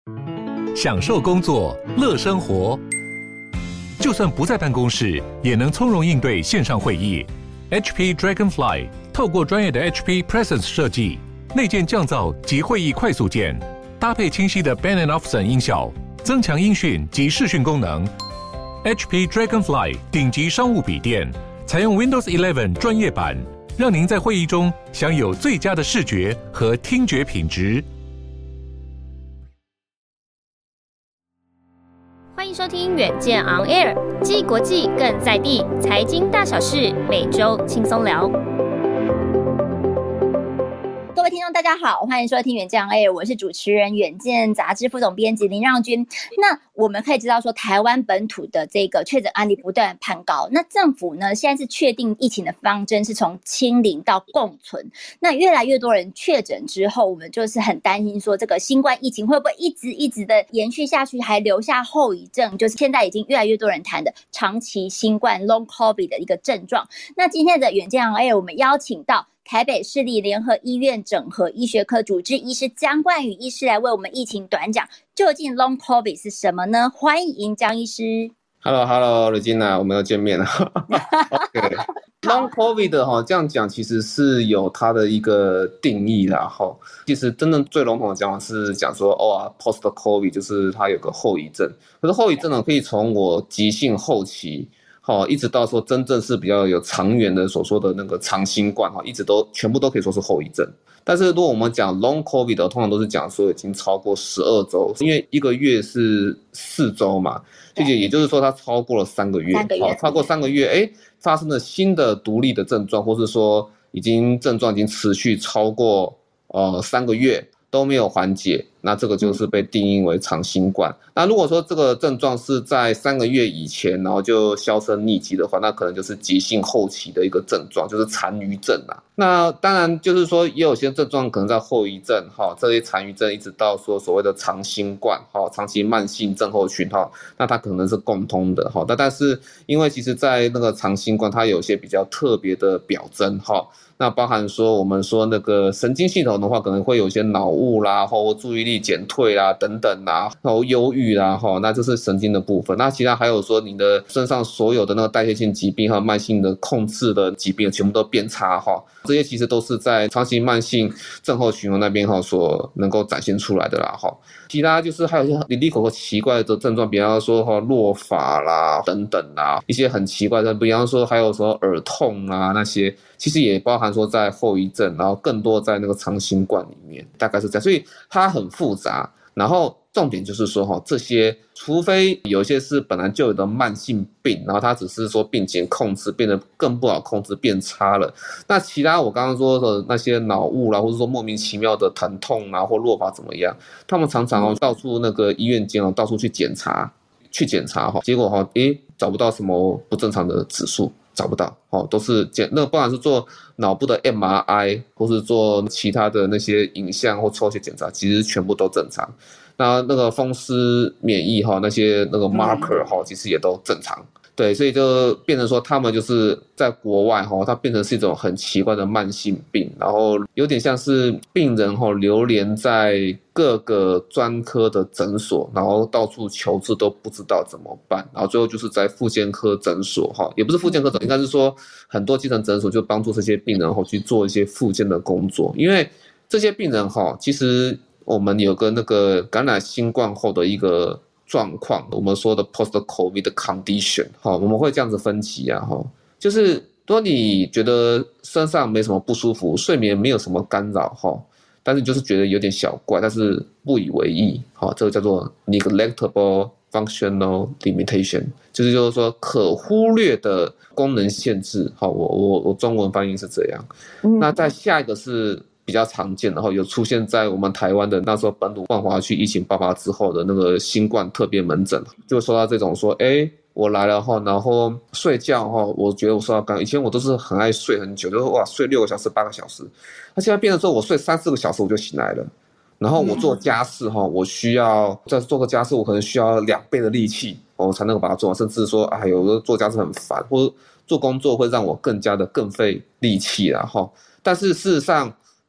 享受工作，乐生活。就算不在办公室，也能从容应对线上会议。HP Dragonfly 透过专业的 HP Presence 设计，内建降噪及会议快速键，搭配清晰的 Bang & Olufsen 音效，增强音讯及视讯功能。HP Dragonfly 顶级商务笔电，采用 Windows 11专业版，让您在会议中享有最佳的视觉和听觉品质。 欢迎收听远见 On Air， 既国际更在地，财经大小事，每周轻松聊。 各位听众大家好，欢迎收听远见 On Air， 我是主持人远见杂志副总编辑林让均。那我们可以知道说，台湾本土的这个确诊案例不断攀高，那政府呢现在是确定疫情的方针是从清零到共存。那越来越多人确诊之后，我们就是很担心说，这个新冠疫情会不会一直的延续下去，还留下后遗症，就是现在已经越来越多人谈的长期新冠 Long COVID 的一个症状。那今天的远见 On Air， 我们邀请到台北市立联合医院整合医学科主治医师江冠宇医师来为我们疫情短讲，究竟 Long COVID 是什么呢？欢迎江医师。 Hello Regina， 我们又见面了。Long COVID 这样讲其实是有它的一个定义啦。其实真正最笼统的讲法是讲说post COVID 就是它有个后遗症，可是后遗症呢可以从我急性后期一直到说真正是比较有长远的所说的那个长新冠一直都全部都可以说是后遗症。但是如果我们讲 Long COVID 通常都是讲说已经超过12周，因为一个月是4周嘛，也就是说它超过了3个月，超过3个月发生了新的独立的症状，或是说症状已经持续超过3个月都没有缓解，那这个就是被定义为长新冠。那如果说这个症状是在3个月以前然后就销声匿迹的话，那可能就是急性后期的一个症状，就是残余症啊。那当然就是说也有些症状可能在后遗症这些残余症一直到说所谓的长新冠长期慢性症候群那它可能是共通的但是因为其实在那个长新冠它有些比较特别的表征那包含说我们说那个神经系统的话，可能会有一些脑雾啦，或注意力减退啦等等啦，然后忧郁啦，那这是神经的部分。那其他还有说你的身上所有的那个代谢性疾病和慢性的控制的疾病全部都变差这些其实都是在长期慢性症候群那边所能够展现出来的啦其他就是还有一些里里口口奇怪的症状，比方说落发啦等等啦，一些很奇怪的，比方说还有说耳痛啊那些，其实也包含说在后遗症，然后更多在那个长新冠里面，大概是这样，所以它很复杂。然后重点就是说这些除非有些是本来就有的慢性病，然后它只是说病情控制变得更不好控制变差了，那其他我刚刚说的那些脑雾啦，或者说莫名其妙的疼痛啊或落发怎么样，他们常常到处那个医院间到处去检查结果找不到什么不正常的指数，找不到都是那不管是做脑部的 MRI 或是做其他的那些影像或抽血检查，其实全部都正常。那个风湿免疫那些那个 marker 其实也都正常。对，所以就变成说他们就是在国外它变成是一种很奇怪的慢性病，然后有点像是病人流连在各个专科的诊所，然后到处求治都不知道怎么办，然后最后就是在复健科诊所也不是复健科诊所，应该是说很多基层诊所就帮助这些病人去做一些复健的工作。因为这些病人其实我们有个那个感染新冠后的一个状况，我们说的 post COVID condition 我们会这样子分级就是如果你觉得身上没什么不舒服，睡眠没有什么干扰但是你就是觉得有点小怪，但是不以为意这个叫做 neglectable functional limitation， 就是说可忽略的功能限制我中文翻译是这样。那再下一个是比较常见的有出现在我们台湾的那时候本土万华区疫情爆发之后的那个新冠特别门诊，就收到这种说我来了然后睡觉我觉得我受到干扰。以前我都是很爱睡很久，就是睡6个小时8个小时，那现在变成说我睡3-4个小时我就醒来了。然后我做家事我需要再做个家事，我可能需要2倍的力气我才能够把它做完，甚至说有的做家事很烦，或者做工作会让我更费力气啦但是事实上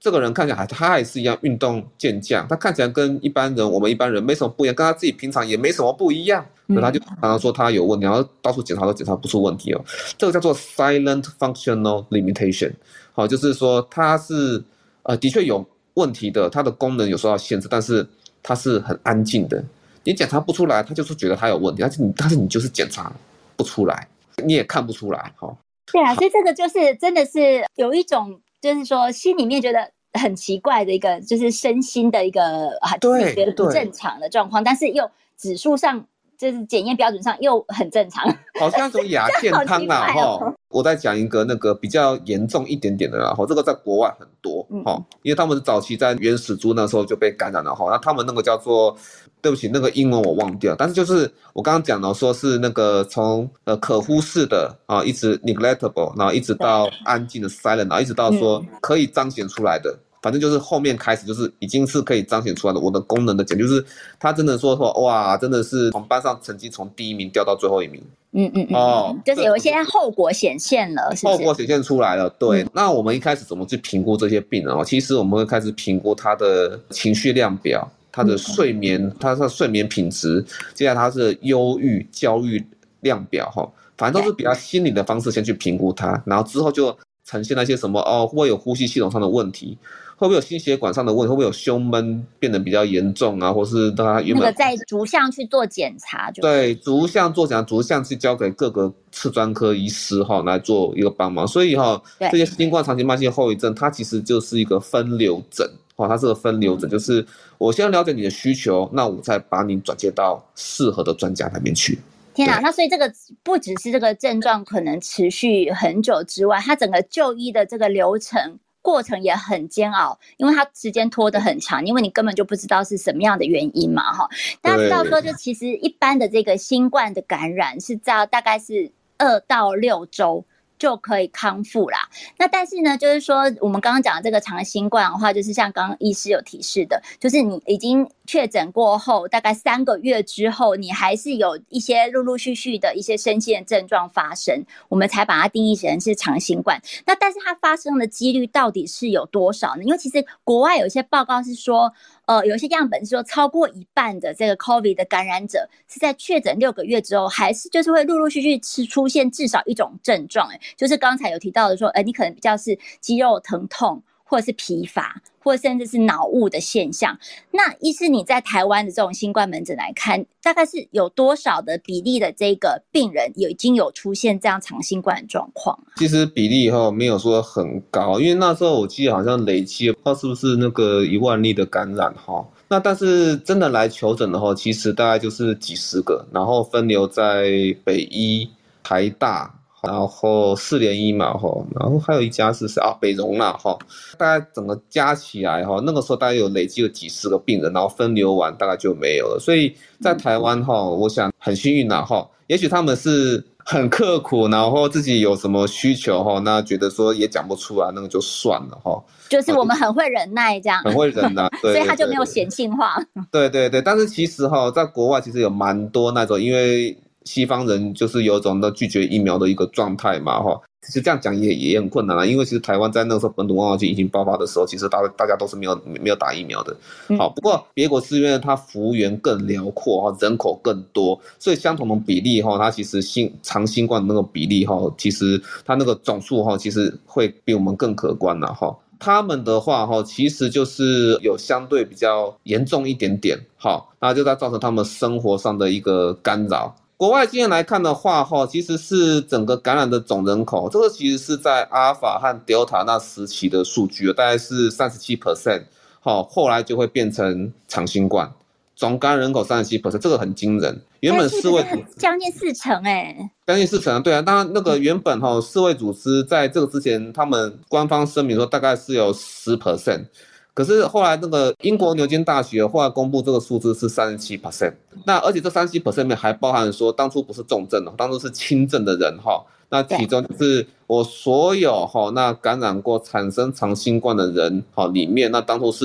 这个人看起来他还是一样运动健将，他看起来跟我们一般人没什么不一样，跟他自己平常也没什么不一样，可他就常常说他有问题，然后到处检查都检查不出问题哦。这个叫做 silent functional limitation， 好，就是说他是的确有问题的，他的功能有受到限制，但是他是很安静的，你检查不出来，他就是觉得他有问题，但是你就是检查不出来，你也看不出来，哈。 对啊，所以这个就是真的是有一种，就是说心里面觉得很奇怪的一个，就是身心的一个自己觉得不正常的状况，但是又指数上就是检验标准上又很正常， 好像什么亚健康啊，哈。我再讲一个那个比较严重一点点的啦，这个在国外很多，因为他们早期在原始猪那时候就被感染了，那他们那个叫做，对不起，那个英文我忘掉，但是就是我刚刚讲的说是那个从可忽视的一直 neglectable， 然后一直到安静的 silent， 然后一直到说可以彰显出来的。反正就是后面开始就是已经是可以彰显出来的我的功能的检，就是他真的说哇，真的是从班上成绩从第1名掉到最后1名。 就是有一些后果显现了，是不是？ 后果显现出来了，对。那我们一开始怎么去评估这些病人？其实我们会开始评估他的情绪量表，他的睡眠，他的睡眠品质，接下来他是忧郁、焦虑量表，反正都是比较心理的方式先去评估他，然后之后就呈现那些什么会不会有呼吸系统上的问题，会不会有心血管上的问题，会不会有胸闷变得比较严重啊，或是他原本那个在逐项去做检查， 对，逐项做检查，逐项去交给各个次专科医师来做一个帮忙。所以这些新冠长期慢性后遗症，它其实就是一个分流诊，它是个分流诊，就是我先了解你的需求，那我再把你转接到适合的专家那边去。 天哪，那所以这个不只是这个症状可能持续很久之外，它整个就医的这个流程过程也很煎熬，因为它时间拖得很长，因为你根本就不知道是什么样的原因嘛，大家知道说，就其实一般的这个新冠的感染是在大概是2到6周就可以康复啦。那但是呢，就是说我们刚刚讲的这个长新冠的话，就是像刚刚医师有提示的，就是你已经确诊过后大概3个月之后，你还是有一些陆陆续续的一些身心的症状发生，我们才把它定义成是长新冠。那但是它发生的几率到底是有多少呢？因为其实国外有一些报告是说有一些样本是说超过1半的这个 COVID 的感染者是在确诊6个月之后，还是就是会陆陆续续出现至少一种症状，就是刚才有提到的说你可能比较是肌肉疼痛，或者是疲乏，或者甚至是脑雾的现象。那医师你在台湾的这种新冠门诊来看，大概是有多少的比例的这个病人已经有出现这样长新冠的状况？ 其实比例没有说很高，因为那时候我记得好像累积不知道是不是那个1万例的感染那但是真的来求诊的其实大概就是几十个，然后分流在北医、台大，然后4联医嘛，然后还有一家是北荣啦，大概整个加起来那个时候大概有累积了几十个病人，然后分流完大概就没有了。所以在台湾我想很幸运啦，也许他们是很刻苦，然后自己有什么需求那觉得说也讲不出来，那个就算了就是我们很会忍耐这样， 很会忍耐，对， 所以他就没有显性化。 对对对，但是其实在国外其实有蛮多那种，因为西方人就是有一种的拒绝疫苗的一个状态嘛其实这样讲也很困难啦，因为其实台湾在那个时候本土万花菌疫情爆发的时候，其实大家都是没有打疫苗的。不过别国是因为它幅员更辽阔人口更多，所以相同的比例它其实长新冠的那个比例其实它那个总数其实会比我们更可观啦他们的话其实就是有相对比较严重一点点那就在造成他们生活上的一个干扰。国外经验来看的话其实是整个感染的总人口，这个其实是在阿尔法和 Delta 那时期的数据，大概是 37%， 后来就会变成长新冠，总感染人口 37%， 这个很惊人。原本世卫将近40% 将近40%，对啊。当然那个原本世卫组织在这个之前他们官方声明说大概是有 10%，可是后来那个英国牛津大学后来公布这个数字是 37%， 那而且这 37% 里面还包含说当初不是重症当初是轻症的人那其中就是我所有那感染过产生长新冠的人里面，那当初是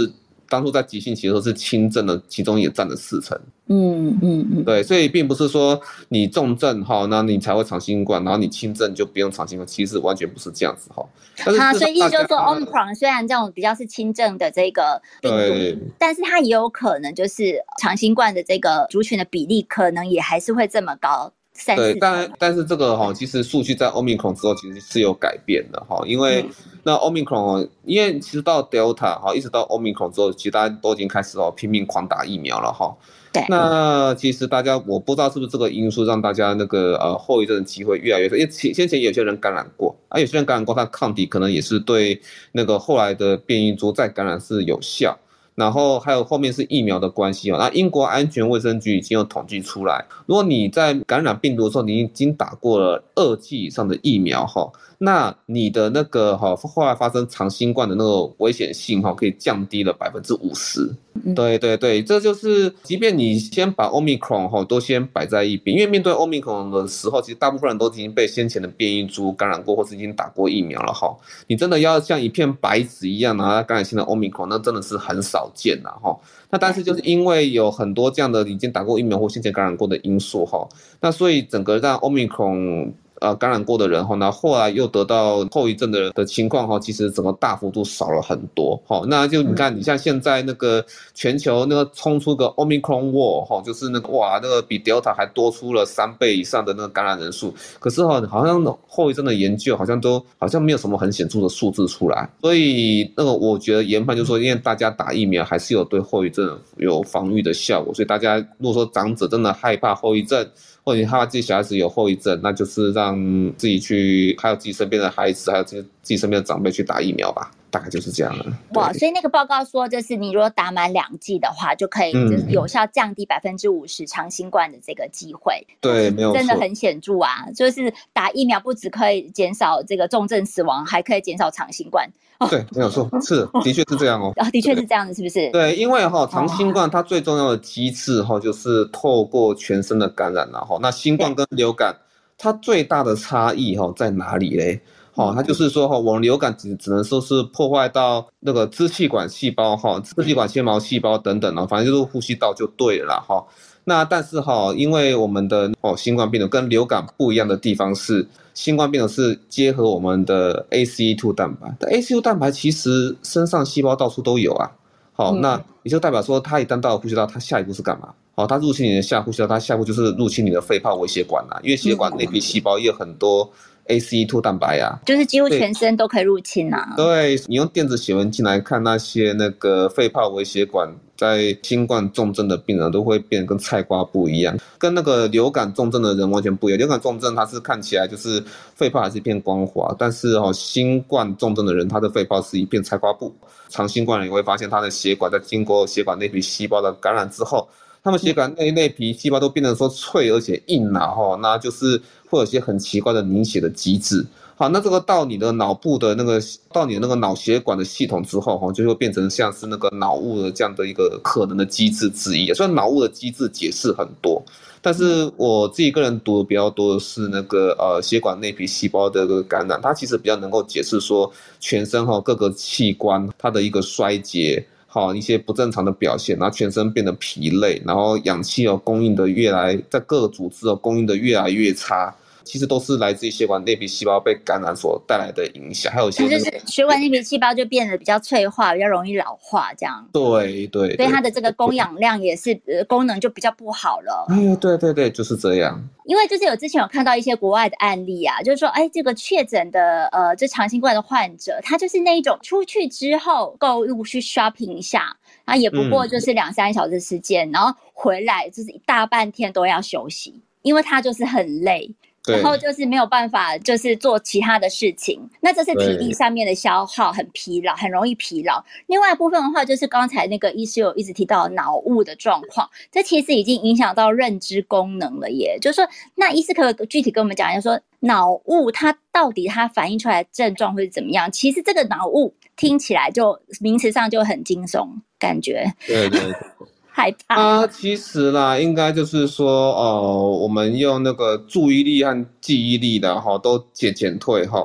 当初在急性期的时候是轻症的，其中也占了40%。对，所以并不是说你重症那你才会长新冠，然后你轻症就不用长新冠，其实完全不是这样子但是所以意思就是说 Omicron 虽然这种比较是轻症的这个病毒，但是它也有可能就是长新冠的这个族群的比例可能也还是会这么高。 对，但是这个其实数据在 Omicron 之后其实是有改变的因为那 Omicron 因为其实到 Delta 一直到 Omicron 之后，其实大家都已经开始拼命狂打疫苗了对， 那其实大家我不知道是不是这个因素让大家那个后遗症的机会越来越少，因为先前有些人感染过有些人感染过，他抗体可能也是对那个后来的变异株再感染是有效。然后还有后面是疫苗的关系那英国安全卫生局已经有统计出来，如果你在感染病毒的时候你已经打过了2剂以上的疫苗那你的那个后来发生长新冠的那个危险性可以降低了50%。对对对，这就是即便你先把 Omicron 都先摆在一边，因为面对 Omicron 的时候，其实大部分人都已经被先前的变异株感染过，或是已经打过疫苗了你真的要像一片白纸一样拿来感染新的 Omicron， 那真的是很少见那但是就是因为有很多这样的已经打过疫苗或先前感染过的因素那所以整个让 Omicron感染过的人那后来又得到后遗症的人的情况其实整个大幅度少了很多那就你看你像现在那个全球那个冲出个 Omicron War 就是那个那个比 Delta 还多出了3倍以上的那个感染人数，可是好像后遗症的研究好像没有什么很显著的数字出来，所以那个我觉得研判就是说，因为大家打疫苗还是有对后遗症有防御的效果，所以大家如果说长者真的害怕后遗症，或者害怕自己小孩子有后遗症，那就是让自己去，还有自己身边的孩子，还有自己身边的长辈去打疫苗吧，大概就是这样了。 哇，所以那个报告说，就是你如果打满2剂的话，就可以就是有效降低50%长新冠的这个机会。 对，没有错， 真的很显著啊！就是打疫苗不只可以减少这个重症死亡，还可以减少长新冠。 对，没有错，是的确是这样的确是这样的，是不是？ 对，因为长新冠它最重要的机制就是透过全身的感染那新冠跟流感它最大的差异在哪里嘞？它就是说我们流感只能说是破坏到那个支气管细胞支气管纤毛细胞等等反正就是呼吸道就对了啦那但是因为我们的新冠病毒跟流感不一样的地方是，新冠病毒是结合我们的 ACE2 蛋白，但 ACE2 蛋白其实身上细胞到处都有啊。那也就代表说它一旦到了呼吸道，它下一步是干嘛？它入侵你的下呼吸道，它下一步就是入侵你的肺泡微血管因为血管内皮细胞也有很多ACE2 蛋白就是几乎全身都可以入侵对，你用电子血纹镜来看那些那个肺泡微血管在新冠重症的病人都会变得跟菜瓜布一样，跟那个流感重症的人完全不一样。流感重症它是看起来就是肺泡还是一片光滑，但是新冠重症的人他的肺泡是一片菜瓜布。长新冠人也会发现他的血管在经过血管内皮细胞的感染之后，他们血管内皮细胞都变得说脆而且硬那就是会有一些很奇怪的凝血的机制。好，那这个到你的脑部的那个，到你的那个脑血管的系统之后就会变成像是那个脑雾的这样的一个可能的机制之一。虽然脑雾的机制解释很多，但是我自己个人读的比较多的是那个血管内皮细胞的一个感染，它其实比较能够解释说全身各个器官它的一个衰竭，一些不正常的表现，然后全身变得疲累，然后氧气供应的在各个组织供应的越来越差。其实都是来自于血管内皮细胞被感染所带来的影响，还有一些就是血管内皮细胞就变得比较脆化，比较容易老化这样。 对对， 所以它的这个供氧量也是功能就比较不好了。 对对对，就是这样。 因为就是之前有看到一些国外的案例就是说这个确诊的这长新冠的患者，他就是那一种出去之后购物去 shopping 一下，然后也不过就是2-3小时时间，然后回来就是一大半天都要休息，因为他就是很累。然后就是没有办法就是做其他的事情，那这是体力上面的消耗，很疲劳，很容易疲劳。另外一部分的话就是刚才那个医师有一直提到脑雾的状况，这其实已经影响到认知功能了耶。就是说那医师可以具体跟我们讲一下说脑雾它到底它反映出来的症状会是怎么样。其实这个脑雾听起来就名词上就很惊悚感觉。 对对害怕其实啦，应该就是说我们用那个注意力和记忆力的都减退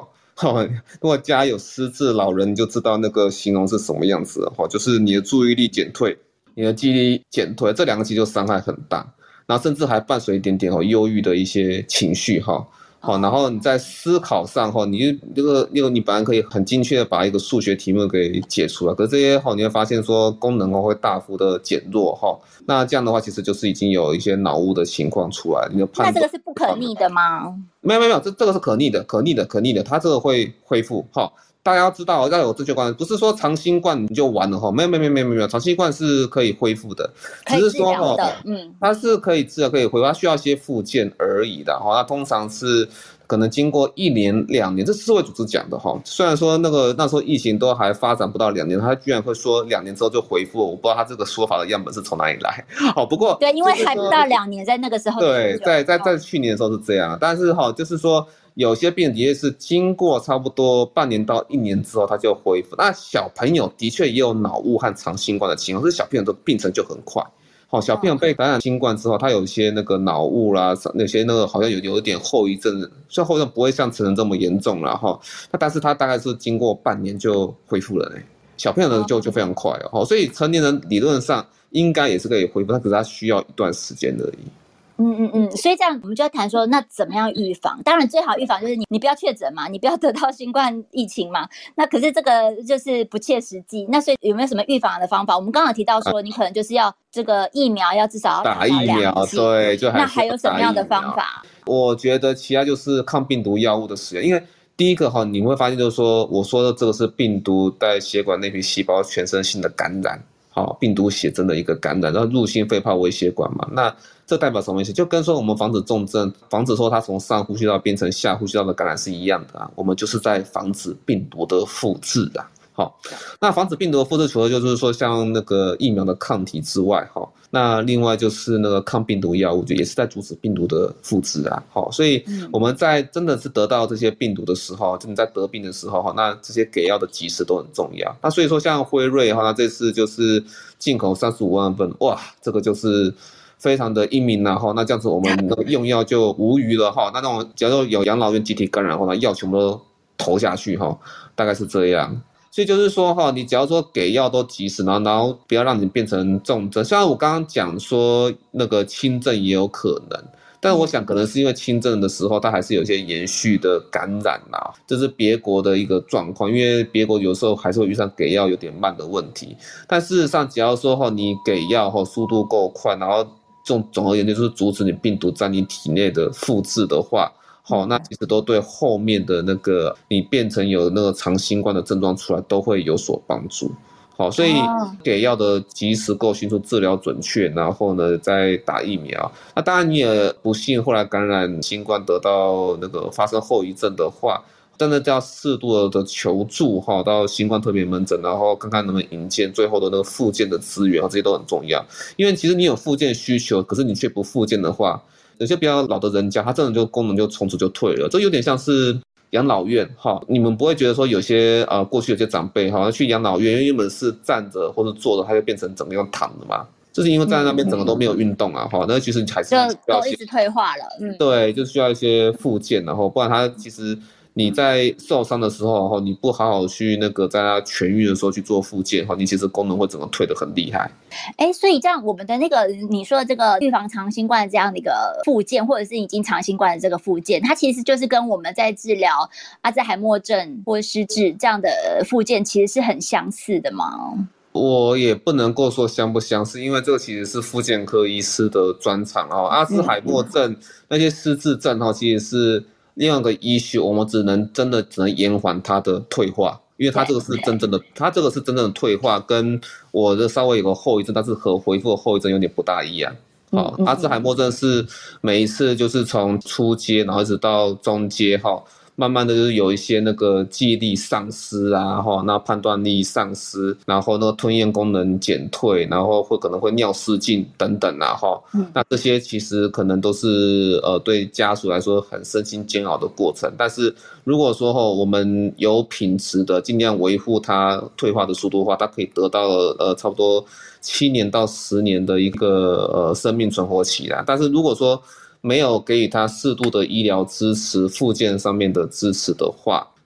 如果家有失智老人，你就知道那个形容是什么样子了，就是你的注意力减退，你的记忆力减退，这两个其实就伤害很大，然后甚至还伴随一点点忧郁的一些情绪然后你在思考上你本来可以很精确的把一个数学题目给解出来，可是这些你会发现说功能会大幅的减弱那这样的话其实就是已经有一些脑雾的情况出来，你的判断。 那这个是不可逆的吗？ 没有，这个是可逆的，它这个会恢复大家要知道要有正确观念，不是说长新冠你就完了没有，长新冠是可以恢复的， 可以治疗的， 它是可以治疗可以恢复，它需要一些复健而已的那通常是可能经过1年2年，这是世卫组织讲的虽然说那时候疫情都还发展不到2年，他居然会说2年之后就恢复，我不知道他这个说法的样本是从哪里来不过对，因为还不到2年，在那个时候对，在去年的时候是这样，但是就是说有些病人的确是经过差不多半年到1年之后它就恢复，那小朋友的确也有脑雾和长新冠的情况，可是小朋友的病程就很快小朋友被感染新冠之后，他有一些那个脑雾啦，有些那个好像有一点后遗症，虽然后遗症不会像成人这么严重啦但是他大概是经过半年就恢复了小朋友的就非常快所以成年人理论上应该也是可以恢复，但可是他需要一段时间而已。 所以这样我们就要谈说，那怎么样预防？当然最好预防就是你不要确诊嘛，你不要得到新冠疫情嘛。那可是这个就是不切实际。那所以有没有什么预防的方法？我们刚刚有提到说，你可能就是要这个疫苗要至少要打疫苗，对，就那还有什么样的方法？ 我觉得其他就是抗病毒药物的使用，因为第一个你会发现就是说，我说的这个是病毒在血管内皮细胞全身性的感染。病毒血症的一个感染，然后入侵肺泡微血管嘛，那这代表什么意思？就跟说我们防止重症，防止说它从上呼吸道变成下呼吸道的感染是一样的我们就是在防止病毒的复制那防止病毒的复制除了就是说像那个疫苗的抗体之外那另外就是那个抗病毒药物，就也是在阻止病毒的复制所以我们在真的是得到这些病毒的时候，就你在得病的时候那这些给药的及时都很重要。那所以说像辉瑞那这次就是进口35万份，哇，这个就是非常的英明那这样子我们的用药就无虞了那种假如有养老院集体感染那药全部都投下去大概是这样。所以就是说你只要说给药都及时，然后不要让你变成重症。虽然我刚刚讲说那个轻症也有可能，但我想可能是因为轻症的时候它还是有一些延续的感染这是别国的一个状况，因为别国有时候还是会遇上给药有点慢的问题。但事实上只要说你给药速度够快，然后总而言之就是阻止你病毒在你体内的复制的话，那其实都对后面的那个你变成有那个长新冠的症状出来都会有所帮助。所以给药的及时够迅速，治疗准确，然后呢再打疫苗。那当然你也不幸后来感染新冠得到那个发生后遗症的话，真的要适度的求助到新冠特别门诊，然后看看能不能引荐最后的那个复健的资源，这些都很重要。因为其实你有复健需求，可是你却不复健的话，有些比较老的人家他真的就功能就从此就退了。这有点像是养老院你们不会觉得说有些过去有些长辈去养老院，因为原本是站着或者坐着，他就变成整个用躺的嘛，就是因为站在那边整个都没有运动那其实还是都一直退化了对，就需要一些复健，然后不然他其实你在受伤的时候你不好好去那个在它痊愈的时候去做复健你其实功能会整个退得很厉害。 所以这样我们的那个你说的这个预防长新冠这样的一个复健，或者是已经长新冠的这个复健，它其实就是跟我们在治疗阿兹海默症或失智这样的复健其实是很相似的吗？ 我也不能够说相不相似，因为这个其实是复健科医师的专长阿兹海默症那些失智症其实是另外一个issue，我们只能延缓它的退化，因为它这个是真正的退化，跟我的稍微有个后遗症，但是和恢复的后遗症有点不大一样。阿兹海默症是每一次就是从初阶，然后一直到中阶慢慢的就是有一些那个记忆力丧失那判断力丧失，然后那个吞咽功能减退，然后可能会尿失禁等等那这些其实可能都是对家属来说很身心煎熬的过程。但是如果说我们有品质的尽量维护它退化的速度的话，它可以得到差不多7年到10年的一个生命存活期啦。但是如果说没有给予他适度的医疗支持、复健上面的支持的话，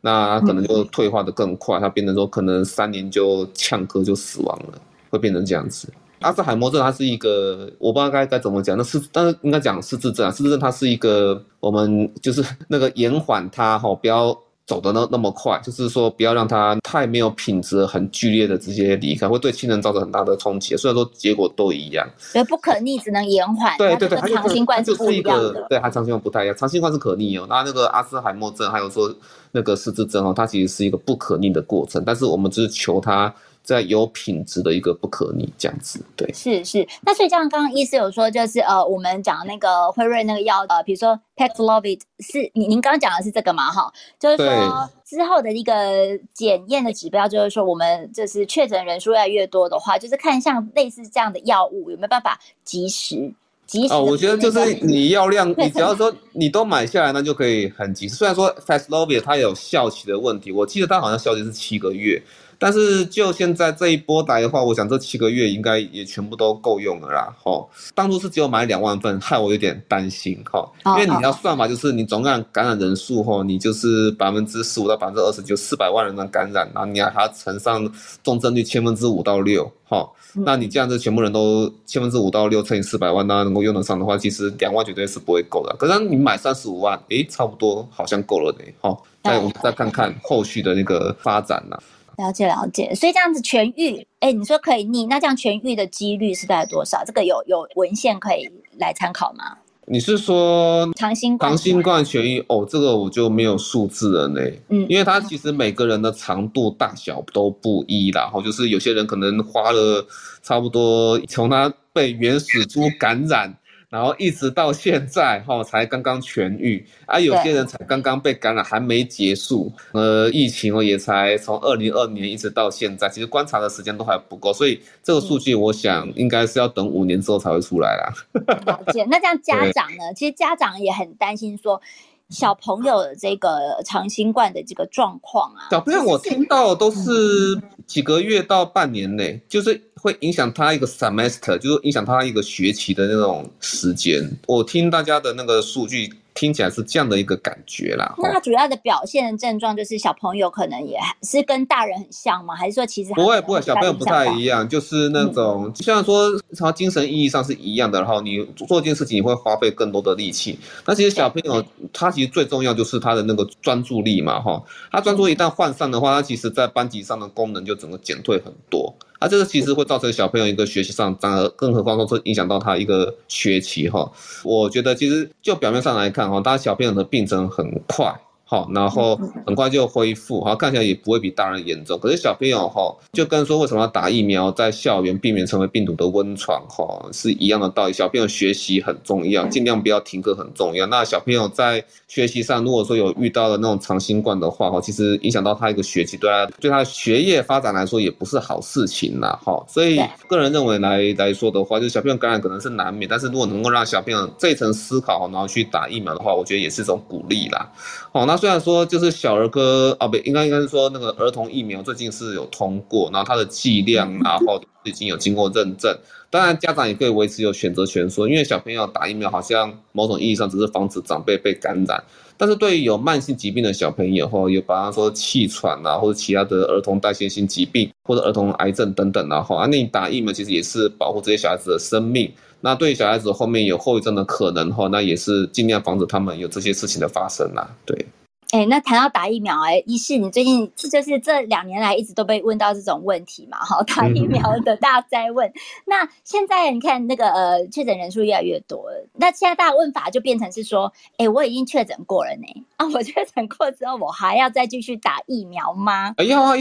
那可能就退化的更快，它变成说可能3年就呛咳就死亡了，会变成这样子。阿兹海默症它是一个我不知道该怎么讲，但是应该讲失智症啊，失智症它是一个我们就是那个延缓它不要走的那么快，就是说不要让它太没有品质很剧烈的直接离开，会对亲人造成很大的冲击，虽然说结果都一样， 所以不可逆只能延缓。 对， 它长新冠是不一样的。 对，它长新冠不太一样，长新冠是可逆哦，那个阿兹海默症还有说那个失智症它其实是一个不可逆的过程，但是我们只是求它在有品质的一个不可逆这样子。对， 是。那所以像刚刚医师有说，就是我们讲那个辉瑞那个药比如说 Paxlovid 是您刚刚讲的是这个嘛哈？就是说之后的一个检验的指标，就是说我们就是确诊人数越来越多的话，就是看像类似这样的药物有没有办法及时。 我觉得就是你药量，你只要说你都买下来，那就可以很及时。虽然说 Paxlovid 它有效期的问题，我记得它好像效期是7个月。但是就现在这一波来的话，我想这7个月应该也全部都够用了啦。当初是只有买2万份，害我有点担心。因为你要算嘛，就是你总感染人数你就是15%到20%，就400万人的感染，然后你还要乘上重症率5%到6%。那你这样子全部人都5%到6%乘以400万，那能够用得上的话，其实2万绝对是不会够的。可是你买35万，差不多好像够了呢。我们再看看后续的那个发展啦。 了解，所以这样子痊愈，你说可以逆，那这样痊愈的几率是大概多少？这个有文献可以来参考吗？ 你是说长新冠痊愈？这个我就没有数字了呢。因为它其实每个人的长度大小都不一啦，就是有些人可能花了差不多从他被原始猪感染，然后一直到现在才刚刚痊愈有些人才刚刚被感染还没结束，疫情也才从2020年一直到现在，其实观察的时间都还不够，所以这个数据我想应该是要等5年之后才会出来啦。 了解。那这样家长呢？其实家长也很担心说小朋友的这个长新冠的这个状况啊。 小朋友我听到都是几个月到半年内，就是会影响他一个 semester， 就是影响他一个学期的那种时间。我听大家的那个数据听起来是这样的一个感觉啦。 那他主要的表现的症状就是小朋友可能也是跟大人很像吗？还是说其实不会，小朋友不太一样，就是那种虽然说从精神意义上是一样的，然后你做一件事情你会花费更多的力气，但其实小朋友他其实最重要就是他的那个专注力嘛，他专注力一旦涣散的话，他其实在班级上的功能就整个减退很多。这个其实会造成小朋友一个学习上障碍，更何况说是影响到他一个学期我觉得其实就表面上来看大家小朋友的病程很快然后很快就恢复看起来也不会比大人严重。可是小朋友就跟说为什么要打疫苗，在校园避免成为病毒的温床是一样的道理。小朋友学习很重要，尽量不要停课很重要。那小朋友在学习上如果说有遇到的那种长新冠的话其实影响到他一个学期，对他学业发展来说也不是好事情啦所以个人认为来说的话，就是小朋友感染可能是难免，但是如果能够让小朋友这一层思考然后去打疫苗的话，我觉得也是一种鼓励啦那虽然说就是小儿科应该是说那个儿童疫苗最近是有通过，然后它的剂量然后已经有经过认证，当然家长也可以维持有选择权说，因为小朋友打疫苗好像某种意义上只是防止长辈被感染，但是对于有慢性疾病的小朋友有比方说气喘或者其他的儿童代谢性疾病或者儿童癌症等等那你打疫苗其实也是保护这些小孩子的生命，那对于小孩子后面有后遗症的可能那也是尽量防止他们有这些事情的发生啦。对。 那谈到打疫苗医师你最近就是这2年来一直都被问到这种问题嘛打疫苗的大家在问那现在你看那个确诊人数越来越多了，那现在大家问法就变成是说我已经确诊过了呢我确诊过之后我还要再继续打疫苗吗？ 要啊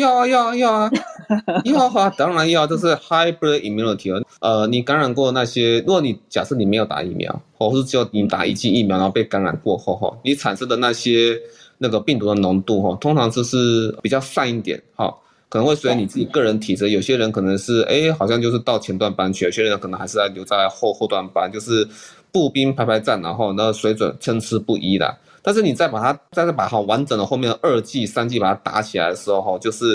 当然要，这是 hybrid immunity 你感染过那些，如果你假设你没有打疫苗或是只有你打1剂疫苗然后被感染过后你产生的那些那个病毒的浓度通常就是比较散一点可能会随着你自己个人体质，有些人可能是好像就是到前段班去，有些人可能还是在留在后段班，就是步兵排站，然后那水准参差不一啦。但是你再把它完整的后面的2剂3剂把它打起来的时候就是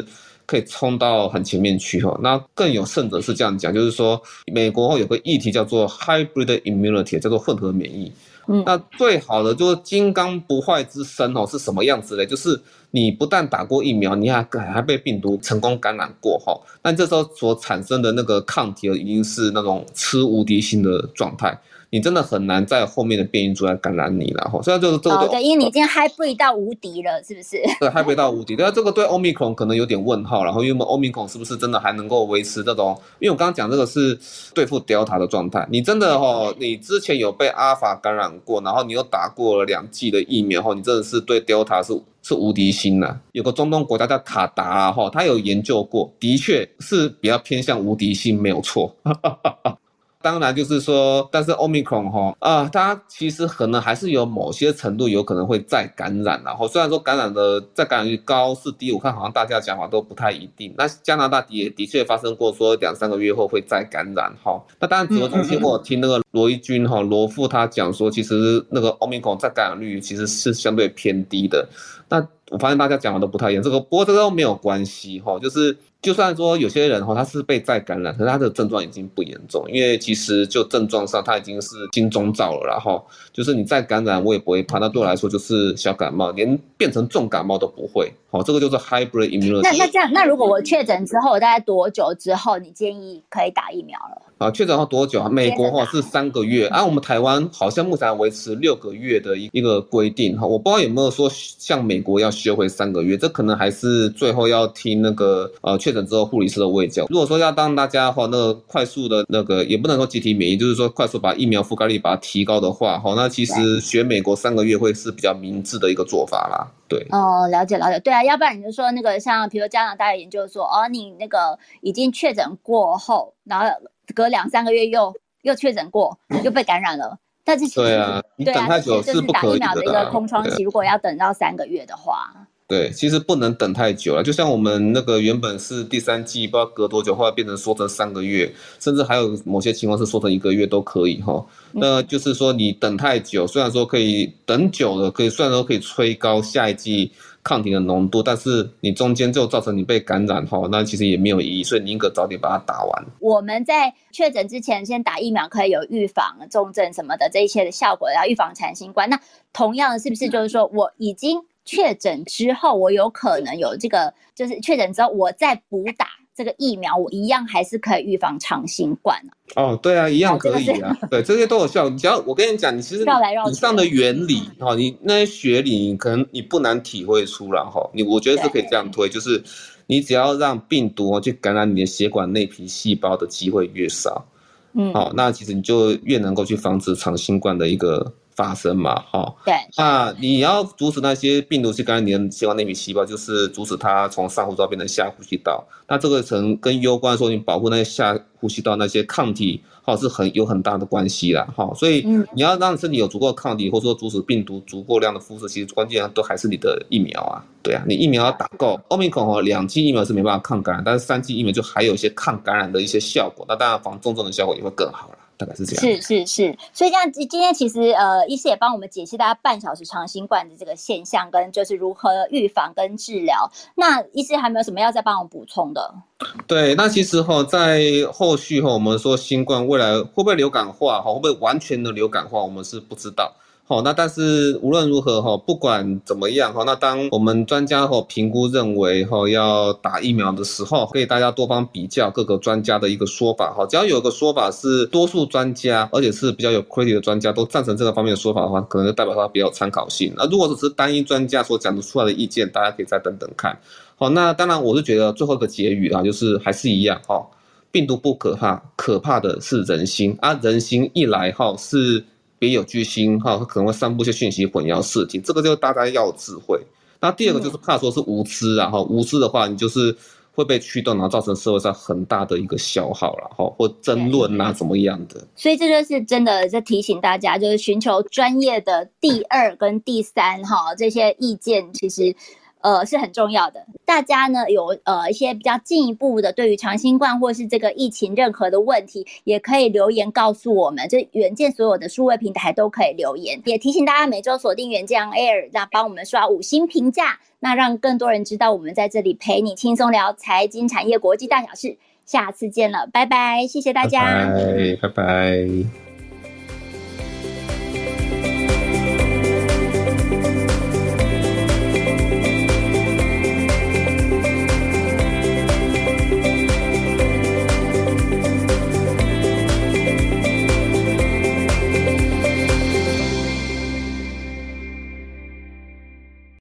可以冲到很前面去那更有甚者是这样讲，就是说美国有个议题叫做 hybrid immunity， 叫做混合免疫。那最好的就是金刚不坏之身是什么样子呢？就是你不但打过疫苗，你还被病毒成功感染过那这时候所产生的那个抗体已经是那种吃无敌性的状态，你真的很难在后面的变异株来感染你了所以就是这个对，因为你已经 hybrid 到无敌了，是不是？ 对 hybrid 到无敌，但这个对 Omicron 可能有点问号，然后因为 Omicron 是不是真的还能够维持这种？因为我刚刚讲这个是对付 Delta 的状态，你真的你之前有被 Alpha 感染过，然后你又打过了2剂的疫苗你真的是对 Delta 是无敌心有个中东国家叫卡达他有研究过，的确是比较偏向无敌心，没有错。当然就是说，但是 Omicron 大家其实可能还是有某些程度有可能会再感染虽然说感染率高是低，我看好像大家讲法都不太一定。那加拿大也的确发生过说2-3个月后会再感染那当然指挥中心我有听那个罗一军罗副他讲说，其实那个 Omicron 再感染率其实是相对偏低的。那我发现大家讲的都不太一样，不过这个都没有关系就是就算说有些人他是被再感染，可是他的症状已经不严重，因为其实就症状上他已经是金钟罩了啦就是你再感染我也不会怕，那对我来说就是小感冒，连变成重感冒都不会这个就是 hybrid immunity。 那这样，那如果我确诊之后大概多久之后你建议可以打疫苗了？ 确诊后多久美国是3个月我们台湾好像目前维持6个月的一个规定我不知道有没有说像美国要修回3个月，这可能还是最后要听那个确诊之后护理师的卫教。如果说要让大家那个快速的那个也不能说集体免疫，就是说快速把疫苗覆盖率把它提高的话那其实学美国3个月会是比较明智的一个做法啦。对了解对啊，要不然你就说那个像比如加拿大的研究说你那个已经确诊过后，然后隔2-3个月又确诊过又被感染了，但是对啊，你等太久是不可以的打疫苗的一个空窗期如果要等到3个月的话， 对，其实不能等太久了。就像我们那个原本是第3剂不知道隔多久，后来变成缩成3个月，甚至还有某些情况是缩成1个月都可以那就是说你等太久，虽然说可以等久了，虽然说可以催高下一剂抗体的浓度，但是你中间就造成你被感染那其实也没有意义，所以你应该早点把它打完。 我们在确诊之前先打疫苗可以有预防重症什么的这一些的效果，然后预防产新冠。那同样的是不是就是说我已经确诊之后我有可能有这个，就是确诊之后我再补打这个疫苗，我一样还是可以预防长新冠对啊，一样可以对，这些都有效。你只要我跟你讲，你其实以上的原理你那些学理可能你不难体会出来我觉得是可以这样推，就是你只要让病毒去感染你的血管内皮细胞的机会越少那其实你就越能够去防止长新冠的一个发生嘛对， 那你要阻止那些病毒去感染你的血管内皮细胞，就是阻止它从上呼吸道变成下呼吸道。那这个跟攸关说你保护那些下呼吸道那些抗体是有很大的关系啦所以你要让身体有足够的抗体，或者说阻止病毒足够量的辐射，其实关键都还是你的疫苗对啊，你疫苗要打够。Omicron 2剂疫苗是没办法抗感染，但是3剂疫苗就还有一些抗感染的一些效果，那当然防重症的效果也会更好啦，大概是这样。 是，所以这样今天其实医师也帮我们解析大概半小时长新冠的这个现象，跟就是如何预防跟治疗。那医师还没有什么要再帮我补充的？ 对，那其实在后续我们说新冠未来会不会流感化会不会完全的流感化，我们是不知道那但是无论如何不管怎么样那当我们专家评估认为要打疫苗的时候，可以大家多方比较各个专家的一个说法只要有一个说法是多数专家而且是比较有 credit 的专家都赞成这个方面的说法的话，可能就代表它比较有参考性。那如果只是单一专家所讲得出来的意见，大家可以再等等看那当然我是觉得最后一个结语就是还是一样病毒不可怕，可怕的是人心人心一来是别有居心可能会散布一些讯息混淆视听，这个就大家要有智慧。那第二个就是怕说是无知无知的话你就是会被驱动，然后造成社会上很大的一个消耗或争论怎么样的。 所以这就是真的在提醒大家，就是寻求专业的第2跟第3这些意见，其实是很重要的。大家呢有一些比较进一步的对于长新冠或是这个疫情任何的问题，也可以留言告诉我们，这远见所有的数位平台都可以留言。也提醒大家每周锁定远见 On Air， 那帮我们刷5星评价，那让更多人知道我们在这里陪你轻松聊财经产业国际大小事。下次见了，拜拜，谢谢大家， 拜拜。